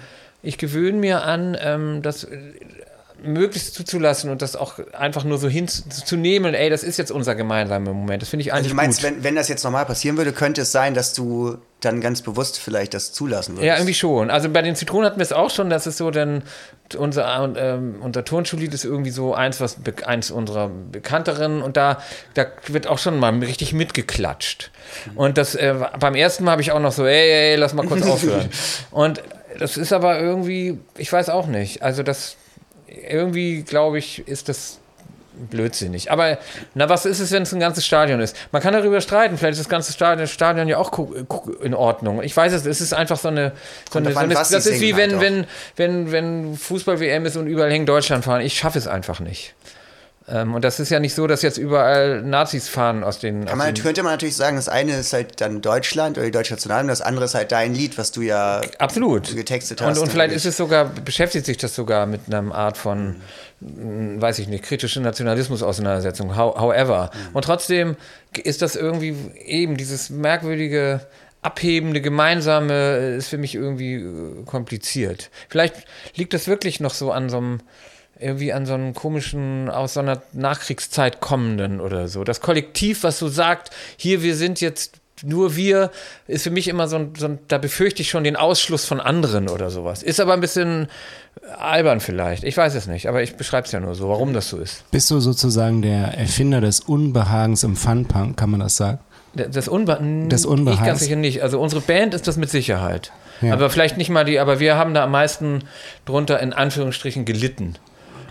das möglichst zuzulassen und das auch einfach nur so hinzunehmen, das ist jetzt unser gemeinsamer Moment. Das finde ich eigentlich gut. Also du meinst, wenn das jetzt normal passieren würde, könnte es sein, dass du dann ganz bewusst vielleicht das zulassen würdest? Ja, irgendwie schon. Also bei den Zitronen hatten wir es auch schon, dass es so dann unser Turnschullied ist irgendwie so eins unserer bekannteren und da wird auch schon mal richtig mitgeklatscht. Und das beim ersten Mal habe ich auch noch so, ey, lass mal kurz aufhören. Und das ist aber irgendwie, ich weiß auch nicht, also das irgendwie, glaube ich, ist das blödsinnig. Aber was ist es, wenn es ein ganzes Stadion ist? Man kann darüber streiten, vielleicht ist das ganze Stadion ja auch in Ordnung. Ich weiß es ist einfach das ist wie wenn Fußball-WM ist und überall hängen Deutschland fahren. Ich schaffe es einfach nicht. Und das ist ja nicht so, dass jetzt überall Nazis fahren aus den... Könnte man natürlich sagen, das eine ist halt dann Deutschland oder die deutsche Nationalhymne, das andere ist halt dein Lied, was du ja absolut getextet hast. Und vielleicht ist es beschäftigt sich das sogar mit einer Art von, weiß ich nicht, kritische Nationalismus-Auseinandersetzung, however. Und trotzdem ist das irgendwie eben dieses merkwürdige... abhebende, gemeinsame ist für mich irgendwie kompliziert. Vielleicht liegt das wirklich noch so an so einem komischen, aus so einer Nachkriegszeit kommenden oder so. Das Kollektiv, was so sagt, hier, wir sind jetzt nur wir, ist für mich immer da befürchte ich schon den Ausschluss von anderen oder sowas. Ist aber ein bisschen albern vielleicht. Ich weiß es nicht, aber ich beschreibe es ja nur so, warum das so ist. Bist du sozusagen der Erfinder des Unbehagens im Funpunk, kann man das sagen? Des Unbehagens? Ich ganz sicher nicht. Also unsere Band ist das mit Sicherheit. Ja. Aber vielleicht nicht mal aber wir haben da am meisten drunter in Anführungsstrichen gelitten.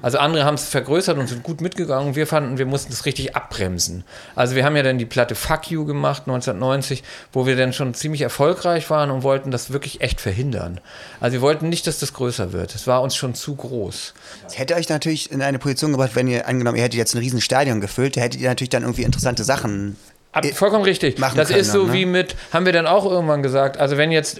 Also andere haben es vergrößert und sind gut mitgegangen und wir fanden, wir mussten es richtig abbremsen. Also wir haben ja dann die Platte Fuck You gemacht, 1990, wo wir dann schon ziemlich erfolgreich waren und wollten das wirklich echt verhindern. Also wir wollten nicht, dass das größer wird. Es war uns schon zu groß. Das hätte euch natürlich in eine Position gebracht, wenn ihr angenommen, ihr hättet jetzt ein riesen Stadion gefüllt, da hättet ihr natürlich dann irgendwie interessante Sachen Vollkommen richtig. Das können ist so dann, wie mit, haben wir dann auch irgendwann gesagt, also wenn jetzt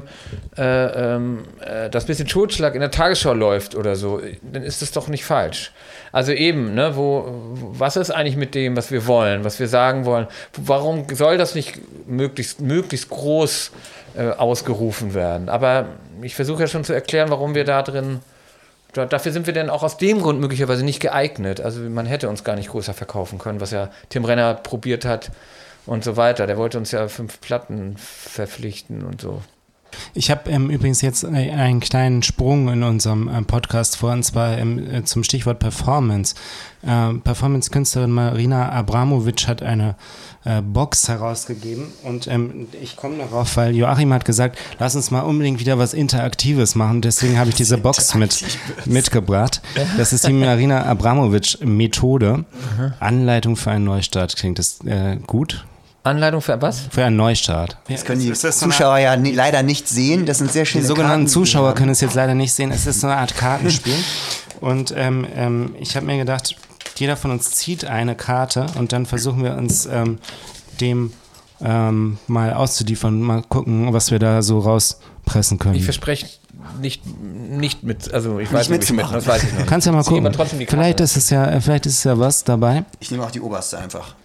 das bisschen Totschlag in der Tagesschau läuft oder so, dann ist das doch nicht falsch. Also eben, ne, was ist eigentlich mit dem, was wir wollen, was wir sagen wollen? Warum soll das nicht möglichst groß ausgerufen werden? Aber ich versuche ja schon zu erklären, warum wir da drin. Dafür sind wir dann auch aus dem Grund möglicherweise nicht geeignet. Also man hätte uns gar nicht größer verkaufen können, was ja Tim Renner probiert hat und so weiter. Der wollte uns ja 5 Platten verpflichten und so. Ich habe übrigens jetzt einen kleinen Sprung in unserem Podcast vor, und zwar zum Stichwort Performance. Performance-Künstlerin Marina Abramovic hat eine Box herausgegeben und ich komme darauf, weil Joachim hat gesagt, lass uns mal unbedingt wieder was Interaktives machen, deswegen habe ich diese Box mitgebracht. Das ist die Marina Abramovic Methode, Anleitung für einen Neustart. Klingt das gut? Anleitung für was? Für einen Neustart. Das können die Zuschauer ja leider nicht sehen. Das sind sehr schöne Die sogenannten Karten, Zuschauer können es jetzt leider nicht sehen. Es ist so eine Art Kartenspiel. Und ich habe mir gedacht, jeder von uns zieht eine Karte und dann versuchen wir uns dem mal auszuliefern, mal gucken, was wir da so rauspressen können. Ich verspreche nicht mit, also ich weiß nicht, mit, das weiß ich noch nicht. Kannst ja mal gucken. Vielleicht ist es ja was dabei. Ich nehme auch die oberste einfach.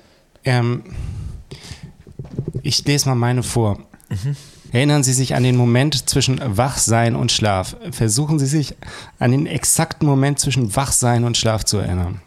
Ich lese mal meine vor. Erinnern Sie sich an den Moment zwischen Wachsein und Schlaf. Versuchen Sie sich an den exakten Moment zwischen Wachsein und Schlaf zu erinnern.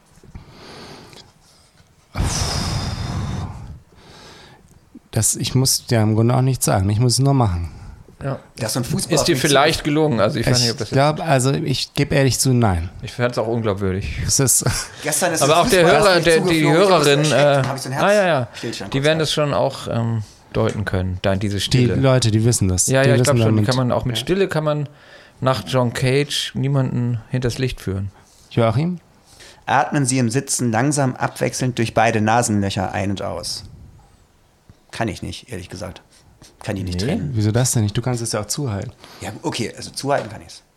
Ich muss ja im Grunde auch nichts sagen. Ich muss es nur machen. Ja. Das ist so ein Fußball. Ist dir vielleicht gelungen? Also ich weiß nicht, ob das. Ich glaube, also ich gebe ehrlich zu, nein. Ich fand es auch unglaubwürdig. Gestern ist aber auch der Hörer, die Hörerin, ja. Die werden das schon auch deuten können, da in diese Stille. Die Leute, die wissen das. Ja, ich glaube schon, die kann man auch mit Stille kann man nach John Cage niemanden hinters Licht führen. Joachim? Atmen Sie im Sitzen langsam abwechselnd durch beide Nasenlöcher ein und aus. Kann ich nicht, ehrlich gesagt. Kann die nicht trennen. Wieso das denn nicht? Du kannst es ja auch zuhalten. Ja, okay, also zuhalten kann ich es.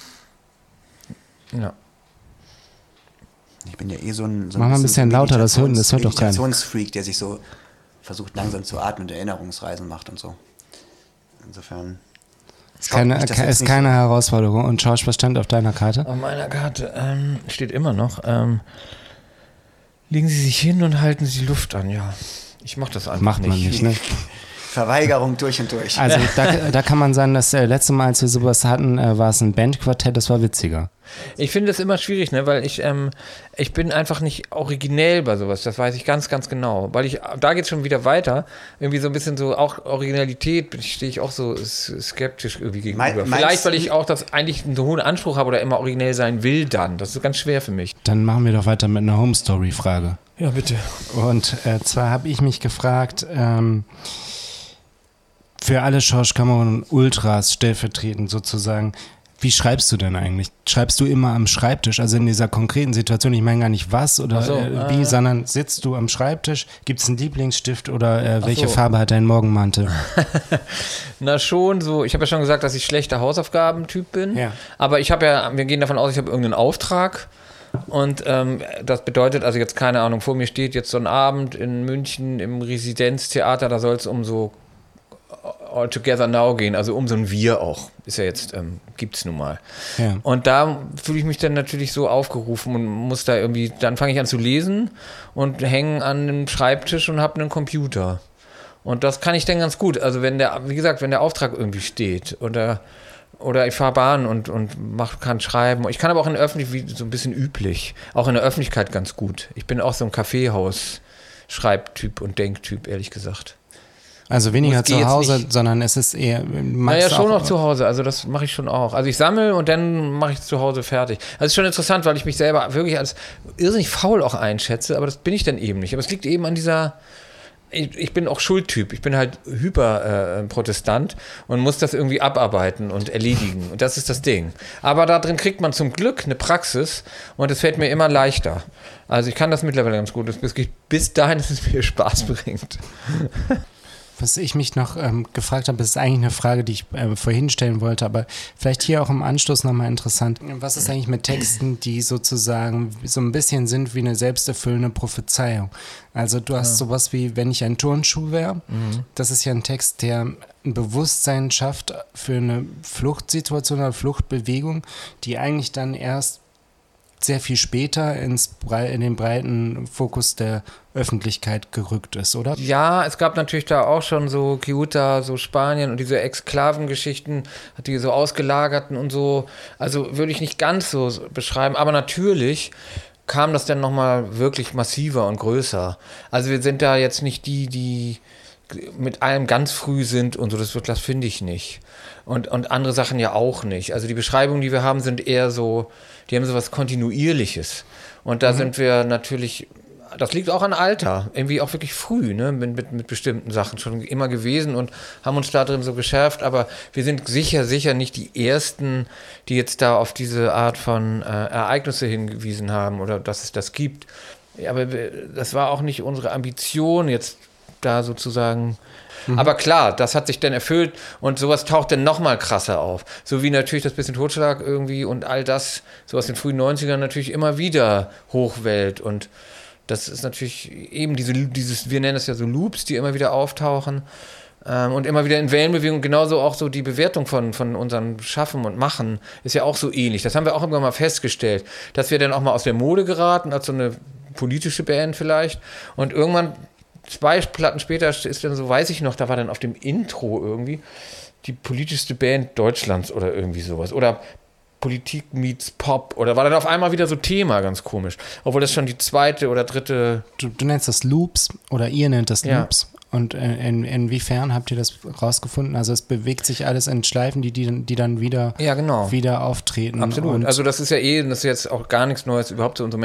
Ja. Ich bin ja so ein Mach mal ein bisschen lauter, das hört doch keiner. Meditationsfreak, der sich so versucht langsam zu atmen und Erinnerungsreisen macht und so. Insofern. Ist keine Herausforderung. Und Schorsch, was stand auf deiner Karte? Auf meiner Karte steht immer noch, legen Sie sich hin und halten Sie die Luft an, ja. Ich mach das einfach Macht man nicht, ne? Verweigerung durch und durch. Also da kann man sagen, das letzte Mal, als wir sowas hatten, war es ein Bandquartett, das war witziger. Ich finde das immer schwierig, ne, weil ich bin einfach nicht originell bei sowas, das weiß ich ganz, ganz genau. Weil da geht es schon wieder weiter, irgendwie so ein bisschen so, auch Originalität, stehe ich auch so skeptisch irgendwie gegenüber. Vielleicht, weil ich auch das eigentlich einen hohen Anspruch habe oder immer originell sein will dann. Das ist ganz schwer für mich. Dann machen wir doch weiter mit einer Home-Story-Frage. Ja, bitte. Und zwar habe ich mich gefragt, für alle Schorsch Kamerun Ultras stellvertretend sozusagen, wie schreibst du denn eigentlich? Schreibst du immer am Schreibtisch, also in dieser konkreten Situation, ich meine gar nicht was oder wie, sondern sitzt du am Schreibtisch, gibt es einen Lieblingsstift oder welche Farbe hat dein Morgenmantel? Na schon, so, ich habe ja schon gesagt, dass ich schlechter Hausaufgabentyp bin, aber wir gehen davon aus, ich habe irgendeinen Auftrag. Und das bedeutet, also jetzt keine Ahnung, vor mir steht jetzt so ein Abend in München im Residenztheater, da soll es um so All Together Now gehen, also um so ein Wir auch, ist ja jetzt, gibt's nun mal. Ja. Und da fühle ich mich dann natürlich so aufgerufen und muss da irgendwie, dann fange ich an zu lesen und hänge an einem Schreibtisch und habe einen Computer. Und das kann ich dann ganz gut, also wenn der Auftrag irgendwie steht oder ich fahre Bahn und kann schreiben. Ich kann aber auch wie so ein bisschen üblich, auch in der Öffentlichkeit ganz gut. Ich bin auch so ein Kaffeehaus-Schreibtyp und Denktyp, ehrlich gesagt. Also weniger zu Hause, sondern es ist eher... Naja, schon noch zu Hause, also das mache ich schon auch. Also ich sammle und dann mache ich es zu Hause fertig. Also es ist schon interessant, weil ich mich selber wirklich als irrsinnig faul auch einschätze, aber das bin ich dann eben nicht. Aber es liegt eben an dieser ich bin auch Schuldtyp. Ich bin halt Hyper-Protestant und muss das irgendwie abarbeiten und erledigen. Und das ist das Ding. Aber da drin kriegt man zum Glück eine Praxis und es fällt mir immer leichter. Also ich kann das mittlerweile ganz gut. Bis dahin, dass es mir Spaß bringt. Was ich mich noch gefragt habe, ist eigentlich eine Frage, die ich vorhin stellen wollte, aber vielleicht hier auch im Anschluss nochmal interessant. Was ist eigentlich mit Texten, die sozusagen so ein bisschen sind wie eine selbsterfüllende Prophezeiung? Also du hast sowas wie, wenn ich ein Turnschuh wäre, das ist ja ein Text, der ein Bewusstsein schafft für eine Fluchtsituation oder Fluchtbewegung, die eigentlich dann erst sehr viel später in den breiten Fokus der Öffentlichkeit gerückt ist, oder? Ja, es gab natürlich da auch schon so Ceuta, so Spanien und diese Exklavengeschichten, die so ausgelagerten und so. Also würde ich nicht ganz so beschreiben, aber natürlich kam das dann nochmal wirklich massiver und größer. Also wir sind da jetzt nicht die mit allem ganz früh sind und so, das finde ich nicht. Und andere Sachen ja auch nicht. Also die Beschreibungen, die wir haben, sind eher so, die haben so was Kontinuierliches. Und da sind wir natürlich, das liegt auch an Alter, irgendwie auch wirklich früh, ne, mit bestimmten Sachen schon immer gewesen und haben uns da drin so geschärft, aber wir sind sicher nicht die Ersten, die jetzt da auf diese Art von Ereignisse hingewiesen haben oder dass es das gibt. Ja, aber das war auch nicht unsere Ambition, jetzt da sozusagen. Aber klar, das hat sich dann erfüllt und sowas taucht dann nochmal krasser auf. So wie natürlich das bisschen Totschlag irgendwie und all das, so aus den frühen 90ern natürlich immer wieder hochwellt. Und das ist natürlich eben dieses, wir nennen das ja so Loops, die immer wieder auftauchen und immer wieder in Wellenbewegung. Genauso auch so die Bewertung von unserem Schaffen und Machen ist ja auch so ähnlich. Das haben wir auch irgendwann mal festgestellt, dass wir dann auch mal aus der Mode geraten, als so eine politische Band vielleicht. Und irgendwann 2 Platten später ist dann so, weiß ich noch, da war dann auf dem Intro irgendwie die politischste Band Deutschlands oder irgendwie sowas. Oder Politik meets Pop. Oder war dann auf einmal wieder so Thema, ganz komisch. Obwohl das schon die 2. oder 3. Du nennst das Loops oder ihr nennt das Loops. Und inwiefern habt ihr das rausgefunden? Also es bewegt sich alles in Schleifen, die dann wieder, wieder auftreten. Absolut. Und also das ist ja das ist jetzt auch gar nichts Neues überhaupt zu unserer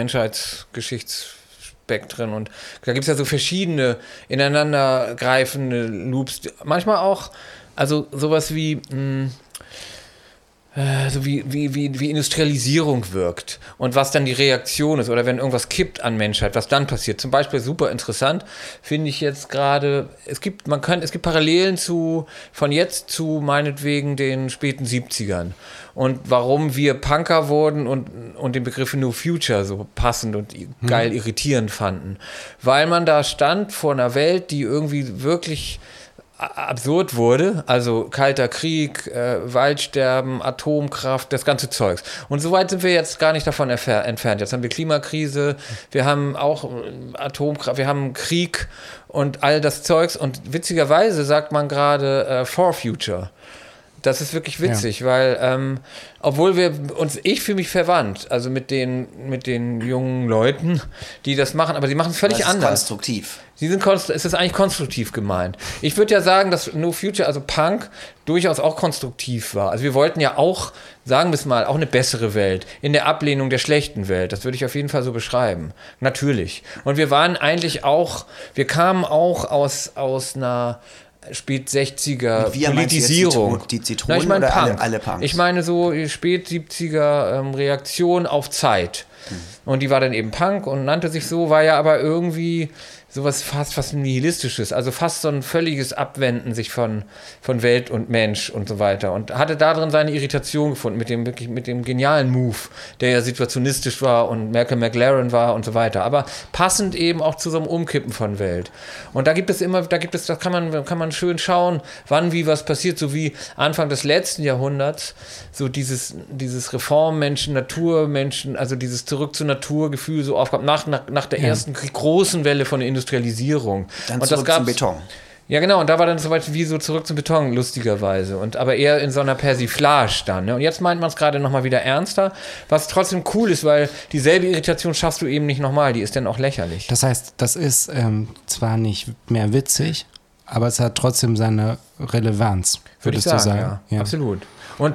Menschheitsgeschichtspektren und da gibt es ja so verschiedene ineinandergreifende Loops, manchmal auch, also sowas wie so wie Industrialisierung wirkt und was dann die Reaktion ist oder wenn irgendwas kippt an Menschheit, was dann passiert. Zum Beispiel super interessant, finde ich jetzt gerade, es gibt Parallelen von jetzt zu meinetwegen den späten 70ern und warum wir Punker wurden und den Begriff New Future so passend und geil irritierend fanden. Weil man da stand vor einer Welt, die irgendwie wirklich absurd wurde, also Kalter Krieg, Waldsterben, Atomkraft, das ganze Zeugs. Und so weit sind wir jetzt gar nicht davon entfernt. Jetzt haben wir Klimakrise, wir haben auch Atomkraft, wir haben Krieg und all das Zeugs. Und witzigerweise sagt man gerade For Future. Das ist wirklich witzig, weil obwohl ich fühle mich verwandt, also mit den jungen Leuten, die das machen, aber die machen es völlig anders. Konstruktiv. Es ist eigentlich konstruktiv gemeint. Ich würde ja sagen, dass No Future, also Punk, durchaus auch konstruktiv war. Also wir wollten ja auch, sagen wir es mal, auch eine bessere Welt, in der Ablehnung der schlechten Welt. Das würde ich auf jeden Fall so beschreiben. Natürlich. Und wir waren eigentlich auch, wir kamen auch aus einer spät 60er Politisierung. Die Zitronen oder Punk. alle Punks? Ich meine so spät 70er Reaktion auf Zeit. Und die war dann eben Punk und nannte sich so, war ja aber irgendwie sowas fast nihilistisches, also fast so ein völliges Abwenden sich von Welt und Mensch und so weiter und hatte darin seine Irritation gefunden mit dem genialen Move, der ja situationistisch war und Malcolm McLaren war und so weiter, aber passend eben auch zu so einem Umkippen von Welt. Und da das kann man schön schauen, wann wie was passiert, so wie Anfang des letzten Jahrhunderts, so dieses Reformmenschen, Naturmenschen, also dieses Zurück zur Naturgefühl so aufgab, nach der ersten großen Welle von der Industrialisierung. Dann und zurück zum Beton. Ja, genau. Und da war dann so weit wie so zurück zum Beton, lustigerweise. Aber eher in so einer Persiflage dann. Ne? Und jetzt meint man es gerade nochmal wieder ernster, was trotzdem cool ist, weil dieselbe Irritation schaffst du eben nicht nochmal. Die ist dann auch lächerlich. Das heißt, das ist zwar nicht mehr witzig, aber es hat trotzdem seine Relevanz, würdest du sagen. Ja. Absolut. Und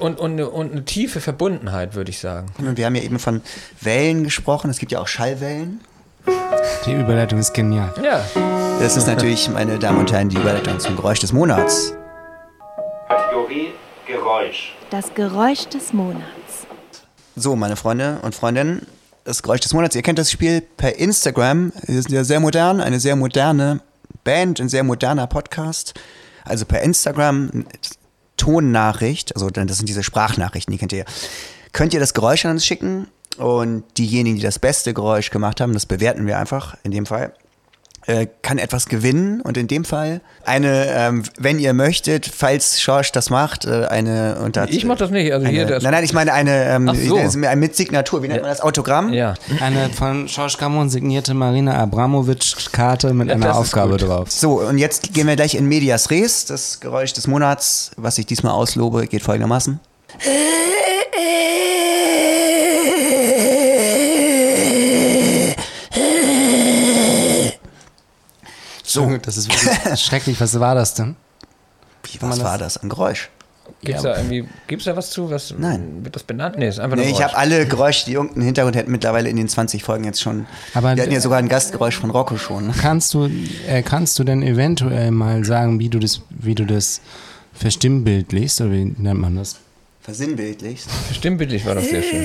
eine tiefe Verbundenheit, würde ich sagen. Wir haben ja eben von Wellen gesprochen. Es gibt ja auch Schallwellen. Die Überleitung ist genial. Ja. Das ist natürlich, meine Damen und Herren, die Überleitung zum Geräusch des Monats. Kategorie Geräusch. Das Geräusch des Monats. So, meine Freunde und Freundinnen, das Geräusch des Monats. Ihr kennt das Spiel per Instagram. Wir sind ja sehr modern, eine sehr moderne Band, ein sehr moderner Podcast. Also per Instagram, Tonnachricht, also das sind diese Sprachnachrichten, die kennt ihr ja. Könnt ihr das Geräusch an uns schicken und diejenigen, die das beste Geräusch gemacht haben, das bewerten wir einfach in dem Fall, kann etwas gewinnen und in dem Fall eine, wenn ihr möchtet, falls Schorsch das macht, eine unter. Ich mach das nicht, also hier das. Nein, ich meine eine Ach so. mit Signatur, wie nennt man das, Autogramm? Ja. Eine von Schorsch Gamon signierte Marina Abramovic-Karte mit einer das ist Aufgabe gut. So, drauf. und jetzt gehen wir gleich in Medias Res. Das Geräusch des Monats, was ich diesmal auslobe, geht folgendermaßen. So, das ist wirklich schrecklich. Was war das denn? Was war das? Ein Geräusch? Gibt's da was zu? Nein. Wird das benannt? Nee, ist einfach nur Nee, ich Geräusch. habe alle Geräusche, die irgendeinen Hintergrund hätten, mittlerweile in den 20 Folgen jetzt schon. Aber wir hatten ja sogar ein Gastgeräusch von Rocco schon. Ne? Kannst du denn eventuell mal sagen, wie du das verstimmbildlichst, oder wie nennt man das? Versinnbildlichst. Stimmbildlich war das sehr schön.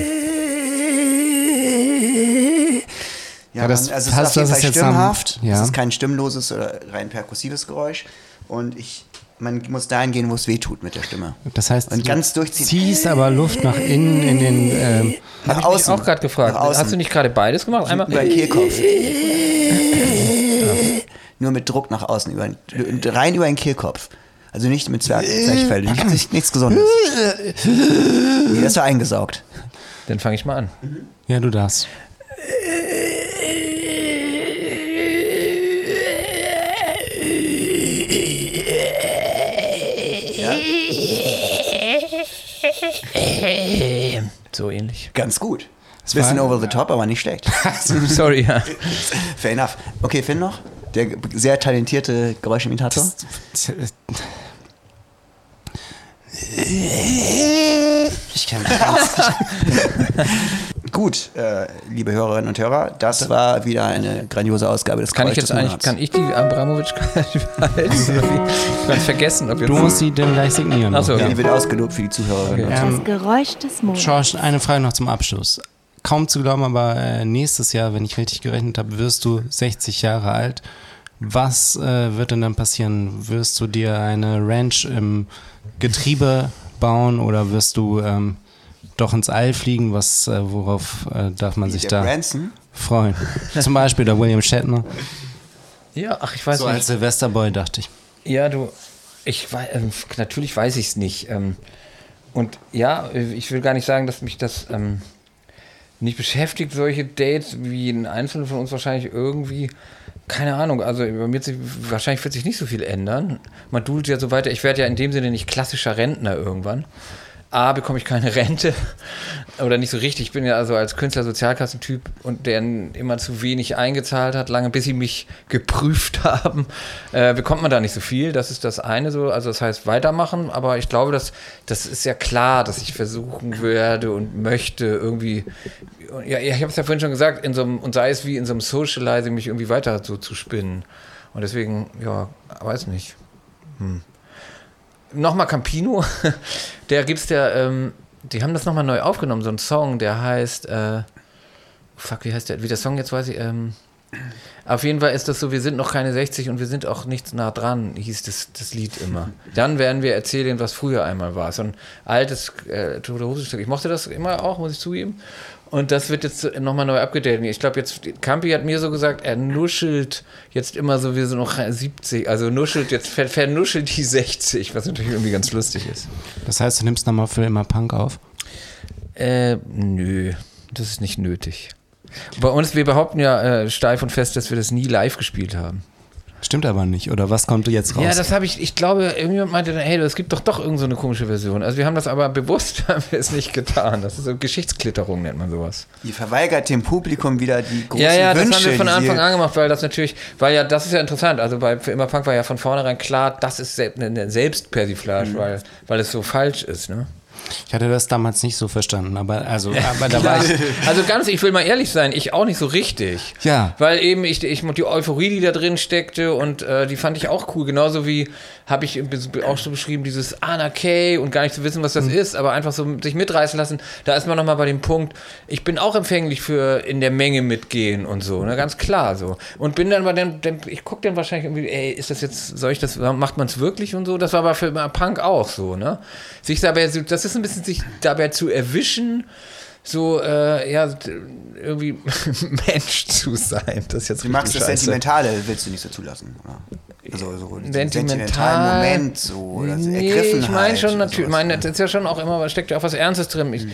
Ja, das also es ist heißt, auf jeden das Fall ist jetzt am- stimmhaft. ja. Es ist kein stimmloses oder rein perkussives Geräusch. Und man muss dahin gehen, wo es weh tut mit der Stimme. Das heißt, Und du ganz durchziehen. ziehst aber Luft nach innen in den. Nach Hab ich außen. mich auch gerade gefragt. Nach außen. Hast du nicht gerade beides gemacht? Einmal Über den Kehlkopf. Nur mit Druck nach außen. Rein über den Kehlkopf. Also nicht mit Zwerchfell. Nichts Gesundes. Nee, das war eingesaugt. Dann fange ich mal an. Ja, du darfst. So ähnlich. Ganz gut. Bisschen over the top, aber nicht schlecht. Sorry, ja. Fair enough. Okay, Finn noch? Der sehr talentierte Geräuschimitator. Ich kann das. Gut, liebe Hörerinnen und Hörer, das war wieder eine grandiose Ausgabe des Kann ich Geräusch jetzt des eigentlich, Monats. kann ich die Abramovic-Karte behalten? Oder wie? Ich kann vergessen, ob jetzt. Du musst sie dann gleich signieren. Ach so, okay. Die wird ausgelobt für die Zuhörerinnen. Okay. Das Geräusch des Monats. Schorsch, eine Frage noch zum Abschluss. Kaum zu glauben, aber nächstes Jahr, wenn ich richtig gerechnet habe, wirst du 60 Jahre alt. Was wird denn dann passieren? Wirst du dir eine Ranch im Getriebe bauen oder wirst du doch ins All fliegen? Worauf darf man sich Der da Branson? freuen? Zum Beispiel der William Shatner. Ja, ach, ich weiß So nicht. als Silvesterboy dachte ich. Ja, natürlich weiß ich es nicht. Und ja, ich will gar nicht sagen, dass mich das nicht beschäftigt, solche Dates, wie ein Einzelner von uns wahrscheinlich irgendwie, keine Ahnung, also wahrscheinlich wird sich nicht so viel ändern. Man dudelt ja so weiter. Ich werde ja in dem Sinne nicht klassischer Rentner irgendwann. A, bekomme ich keine Rente oder nicht so richtig. Ich bin ja also als Künstler Sozialkassentyp und der immer zu wenig eingezahlt hat, lange bis sie mich geprüft haben, bekommt man da nicht so viel. Das ist das eine so, also das heißt weitermachen, aber ich glaube, das ist ja klar, dass ich versuchen werde und möchte irgendwie, ja, ich habe es ja vorhin schon gesagt, und sei es wie in so einem Socializing, mich irgendwie weiter so zu spinnen. Und deswegen, ja, weiß nicht. Nochmal Campino, die haben das nochmal neu aufgenommen, so ein Song, der heißt, wie heißt der, wie der Song jetzt weiß ich, auf jeden Fall ist das so, wir sind noch keine 60 und wir sind auch nichts nah dran, hieß das Lied immer. Dann werden wir erzählen, was früher einmal war. So ein altes Tote Hose-Stück. Ich mochte das immer auch, muss ich zugeben. Und das wird jetzt nochmal neu abgedatet. Ich glaube, jetzt, Campi hat mir so gesagt, er nuschelt jetzt immer so, wir sind noch 70, also vernuschelt die 60, was natürlich irgendwie ganz lustig ist. Das heißt, du nimmst nochmal für immer Punk auf? Nö, das ist nicht nötig. Bei uns, wir behaupten ja steif und fest, dass wir das nie live gespielt haben. Stimmt aber nicht, oder was kommt jetzt raus? Ja, das habe ich glaube, irgendjemand meinte dann, hey, es gibt doch irgend so eine komische Version. Also wir haben das aber bewusst, haben wir es nicht getan. Das ist so Geschichtsklitterung, nennt man sowas. Ihr verweigert dem Publikum wieder die großen Ja, Wünsche. das haben wir von die Anfang sie- an gemacht, weil das ist ja interessant. Also für Immer Punk war ja von vornherein klar, das ist eine Selbstpersiflage, weil es so falsch ist, ne? Ich hatte das damals nicht so verstanden, aber da war ich... Also ich will mal ehrlich sein, ich auch nicht so richtig. Ja. Weil eben die Euphorie, die da drin steckte und die fand ich auch cool. Genauso wie, habe ich auch so beschrieben, dieses Anna Kay und gar nicht zu wissen, was das ist, aber einfach so sich mitreißen lassen. Da ist man nochmal bei dem Punkt, ich bin auch empfänglich für in der Menge mitgehen und so, ne, ganz klar so. Und bin dann ich gucke dann wahrscheinlich irgendwie, ist das jetzt, macht man es wirklich und so? Das war aber für Punk auch so, ne? Sich dabei, das ist ein bisschen sich dabei zu erwischen, so, irgendwie Mensch zu sein. Das ist jetzt du magst das Sentimentale, willst du nicht so zulassen, oder? Also so den sentimentalen Moment, so das Ergriffenheit. Ich meine schon natürlich, das ist ja schon auch immer, steckt ja auch was Ernstes drin.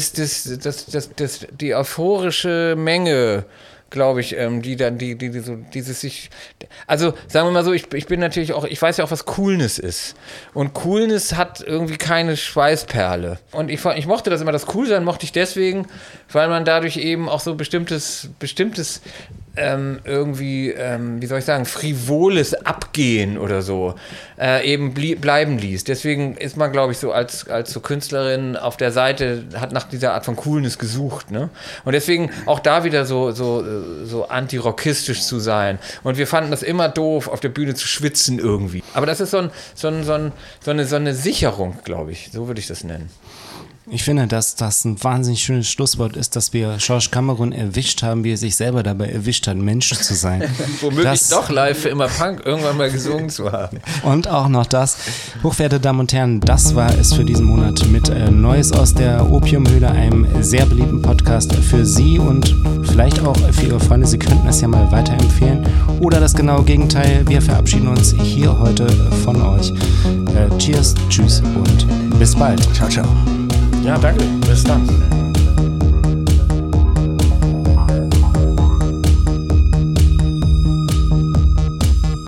Die euphorische Menge, glaube ich, die dann, so dieses sich, also sagen wir mal so, ich bin natürlich auch, ich weiß ja auch, was Coolness ist. Und Coolness hat irgendwie keine Schweißperle. Und ich mochte das immer, das Coolsein mochte ich deswegen, weil man dadurch eben auch so bestimmtes irgendwie, wie soll ich sagen, frivoles Abgehen oder so eben bleiben ließ. Deswegen ist man, glaube ich, so als so Künstlerin auf der Seite, hat nach dieser Art von Coolness gesucht, ne? Und deswegen auch da wieder so antirockistisch zu sein. Und wir fanden das immer doof, auf der Bühne zu schwitzen irgendwie. Aber das ist so eine Sicherung, glaube ich. So würde ich das nennen. Ich finde, dass das ein wahnsinnig schönes Schlusswort ist, dass wir George Cameron erwischt haben, wie er sich selber dabei erwischt hat, Mensch zu sein. Womöglich doch live für immer Punk irgendwann mal gesungen zu haben. Und auch noch das. Hochverehrte Damen und Herren, das war es für diesen Monat mit Neues aus der Opiumhöhle, einem sehr beliebten Podcast für Sie und vielleicht auch für Ihre Freunde. Sie könnten es ja mal weiterempfehlen. Oder das genaue Gegenteil. Wir verabschieden uns hier heute von euch. Cheers, tschüss und bis bald. Ciao, ciao. Ja, danke. Bis dann.